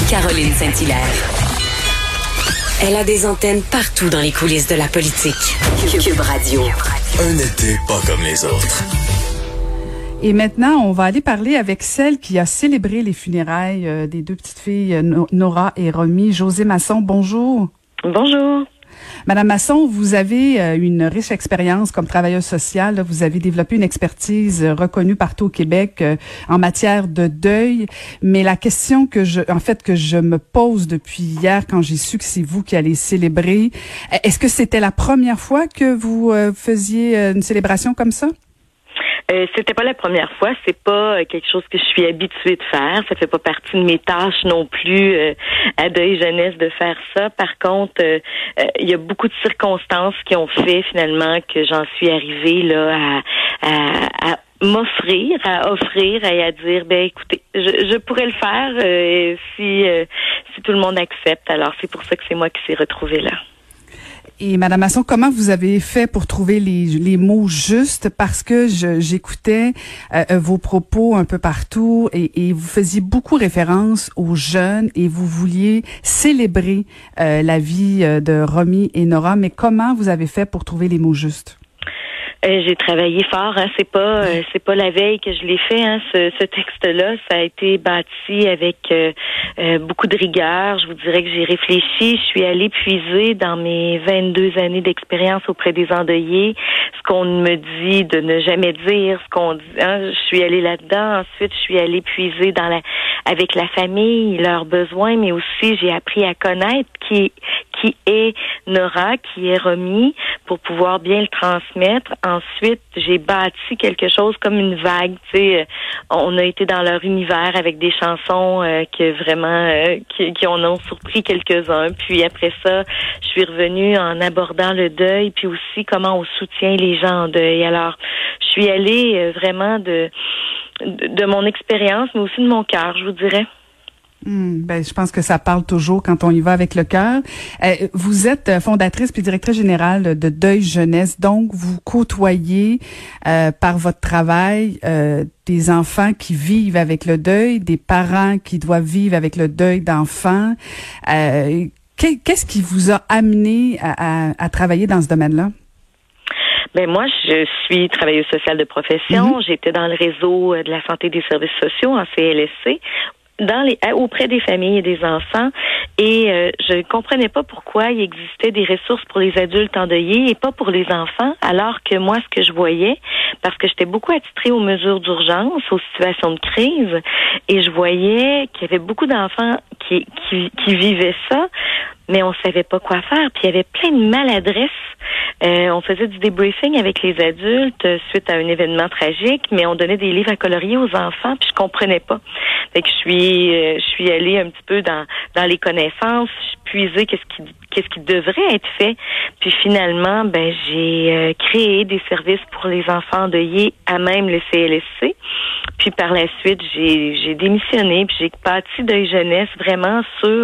Caroline Saint-Hilaire. Elle a des antennes partout dans les coulisses de la politique. Cube Radio. Un été pas comme les autres. Et maintenant, on va aller parler avec celle qui a célébré les funérailles des deux petites filles, Nora et Romy. Josée Masson, bonjour. Bonjour. Madame Masson, vous avez une riche expérience comme travailleuse sociale. Vous avez développé une expertise reconnue partout au Québec en matière de deuil. Mais la question que je me pose depuis hier quand j'ai su que c'est vous qui allez célébrer, est-ce que c'était la première fois que vous faisiez une célébration comme ça? C'était pas la première fois, c'est pas quelque chose que je suis habituée de faire, ça fait pas partie de mes tâches non plus à Deuil Jeunesse de faire ça. Par contre, il y a beaucoup de circonstances qui ont fait finalement que j'en suis arrivée là à m'offrir, à offrir et à dire écoutez, je pourrais le faire si tout le monde accepte. Alors c'est pour ça que c'est moi qui s'est retrouvée là. Et Madame Masson, comment vous avez fait pour trouver les mots justes? Parce que j'écoutais vos propos un peu partout et vous faisiez beaucoup référence aux jeunes et vous vouliez célébrer la vie de Romy et Nora. Mais comment vous avez fait pour trouver les mots justes? J'ai travaillé fort, hein. C'est pas la veille que je l'ai fait, hein. Ce texte-là, ça a été bâti avec beaucoup de rigueur. Je vous dirais que j'ai réfléchi. Je suis allée puiser dans mes 22 années d'expérience auprès des endeuillés ce qu'on me dit de ne jamais dire, ce qu'on dit. Hein. Je suis allée là-dedans. Ensuite, je suis allée puiser avec la famille, leurs besoins, mais aussi j'ai appris à connaître qui est Nora, qui est Romy, pour pouvoir bien le transmettre. Ensuite, j'ai bâti quelque chose comme une vague. Tu sais, on a été dans leur univers avec des chansons qui en ont surpris quelques-uns. Puis après ça, je suis revenue en abordant le deuil, puis aussi comment on soutient les gens en deuil. Alors, je suis allée vraiment de mon expérience, mais aussi de mon cœur, je vous dirais. Je pense que ça parle toujours quand on y va avec le cœur. Vous êtes fondatrice puis directrice générale de Deuil Jeunesse, donc vous côtoyez par votre travail des enfants qui vivent avec le deuil, des parents qui doivent vivre avec le deuil d'enfants. Qu'est-ce qui vous a amené à travailler dans ce domaine-là? Moi, je suis travailleuse sociale de profession. J'étais dans le réseau de la santé et des services sociaux en CLSC. Auprès des familles et des enfants, et je ne comprenais pas pourquoi il existait des ressources pour les adultes endeuillés et pas pour les enfants, alors que moi, ce que je voyais, parce que j'étais beaucoup attitrée aux mesures d'urgence, aux situations de crise, et je voyais qu'il y avait beaucoup d'enfants qui vivaient ça, mais on savait pas quoi faire, puis il y avait plein de maladresses. On faisait du débriefing avec les adultes suite à un événement tragique, mais on donnait des livres à colorier aux enfants, puis je comprenais pas. Fait que je suis allée un petit peu dans les connaissances, puiser qu'est-ce qui devrait être fait. Puis finalement, j'ai créé des services pour les enfants endeuillés à même le CLSC. Puis par la suite, j'ai démissionné, puis j'ai bâti Deuil Jeunesse vraiment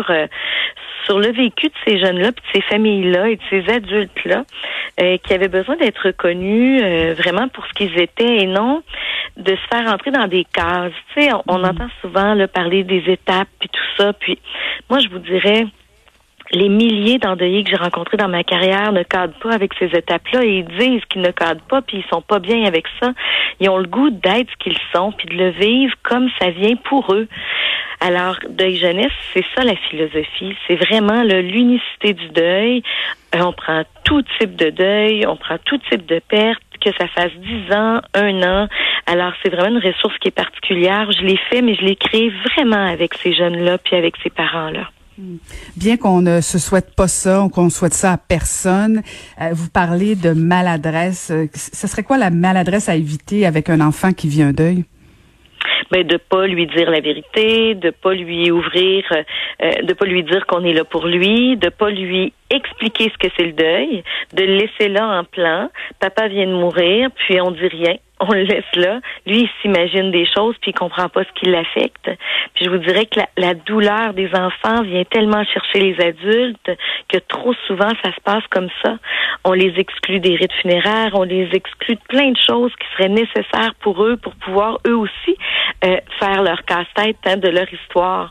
sur le vécu de ces jeunes-là, puis de ces familles-là et de ces adultes-là qui avaient besoin d'être reconnus vraiment pour ce qu'ils étaient et non de se faire entrer dans des cases. Tu sais, on entend souvent là, parler des étapes puis tout ça. Puis moi, je vous dirais, les milliers d'endeuillés que j'ai rencontrés dans ma carrière ne cadrent pas avec ces étapes-là et ils disent qu'ils ne cadrent pas puis ils sont pas bien avec ça. Ils ont le goût d'être ce qu'ils sont puis de le vivre comme ça vient pour eux. Alors, Deuil Jeunesse, c'est ça la philosophie. C'est vraiment l'unicité du deuil. On prend tout type de deuil, on prend tout type de perte, que ça fasse 10 ans, 1 an. Alors, c'est vraiment une ressource qui est particulière. Je l'ai fait, mais je l'ai créé vraiment avec ces jeunes-là puis avec ces parents-là. Bien qu'on ne se souhaite pas ça, qu'on souhaite ça à personne, vous parlez de maladresse. Ce serait quoi la maladresse à éviter avec un enfant qui vit un deuil? De pas lui dire la vérité, de pas lui ouvrir, de pas lui dire qu'on est là pour lui, de pas lui expliquer ce que c'est le deuil, de le laisser là en plan. Papa vient de mourir, puis on dit rien. On le laisse là. Lui, il s'imagine des choses, puis il comprend pas ce qui l'affecte. Puis je vous dirais que la douleur des enfants vient tellement chercher les adultes que trop souvent, ça se passe comme ça. On les exclut des rites funéraires, on les exclut de plein de choses qui seraient nécessaires pour eux, pour pouvoir eux aussi faire leur casse-tête de leur histoire.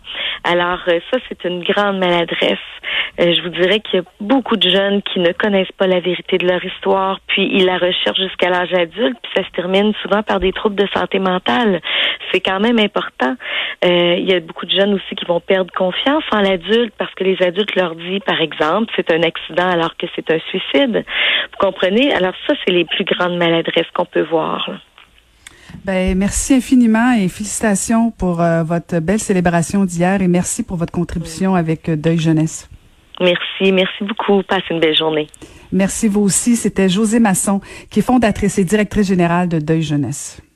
Alors ça, c'est une grande maladresse. Je vous dirais qu'il y a beaucoup de jeunes qui ne connaissent pas la vérité de leur histoire, puis ils la recherchent jusqu'à l'âge adulte, puis ça se termine souvent par des troubles de santé mentale. C'est quand même important. Il y a beaucoup de jeunes aussi qui vont perdre confiance en l'adulte parce que les adultes leur disent, par exemple, c'est un accident alors que c'est un suicide. Vous comprenez? Alors ça, c'est les plus grandes maladresses qu'on peut voir, là. Ben, merci infiniment et félicitations pour votre belle célébration d'hier et merci pour votre contribution avec Deuil Jeunesse. Merci beaucoup. Passez une belle journée. Merci vous aussi. C'était Josée Masson, qui est fondatrice et directrice générale de Deuil Jeunesse.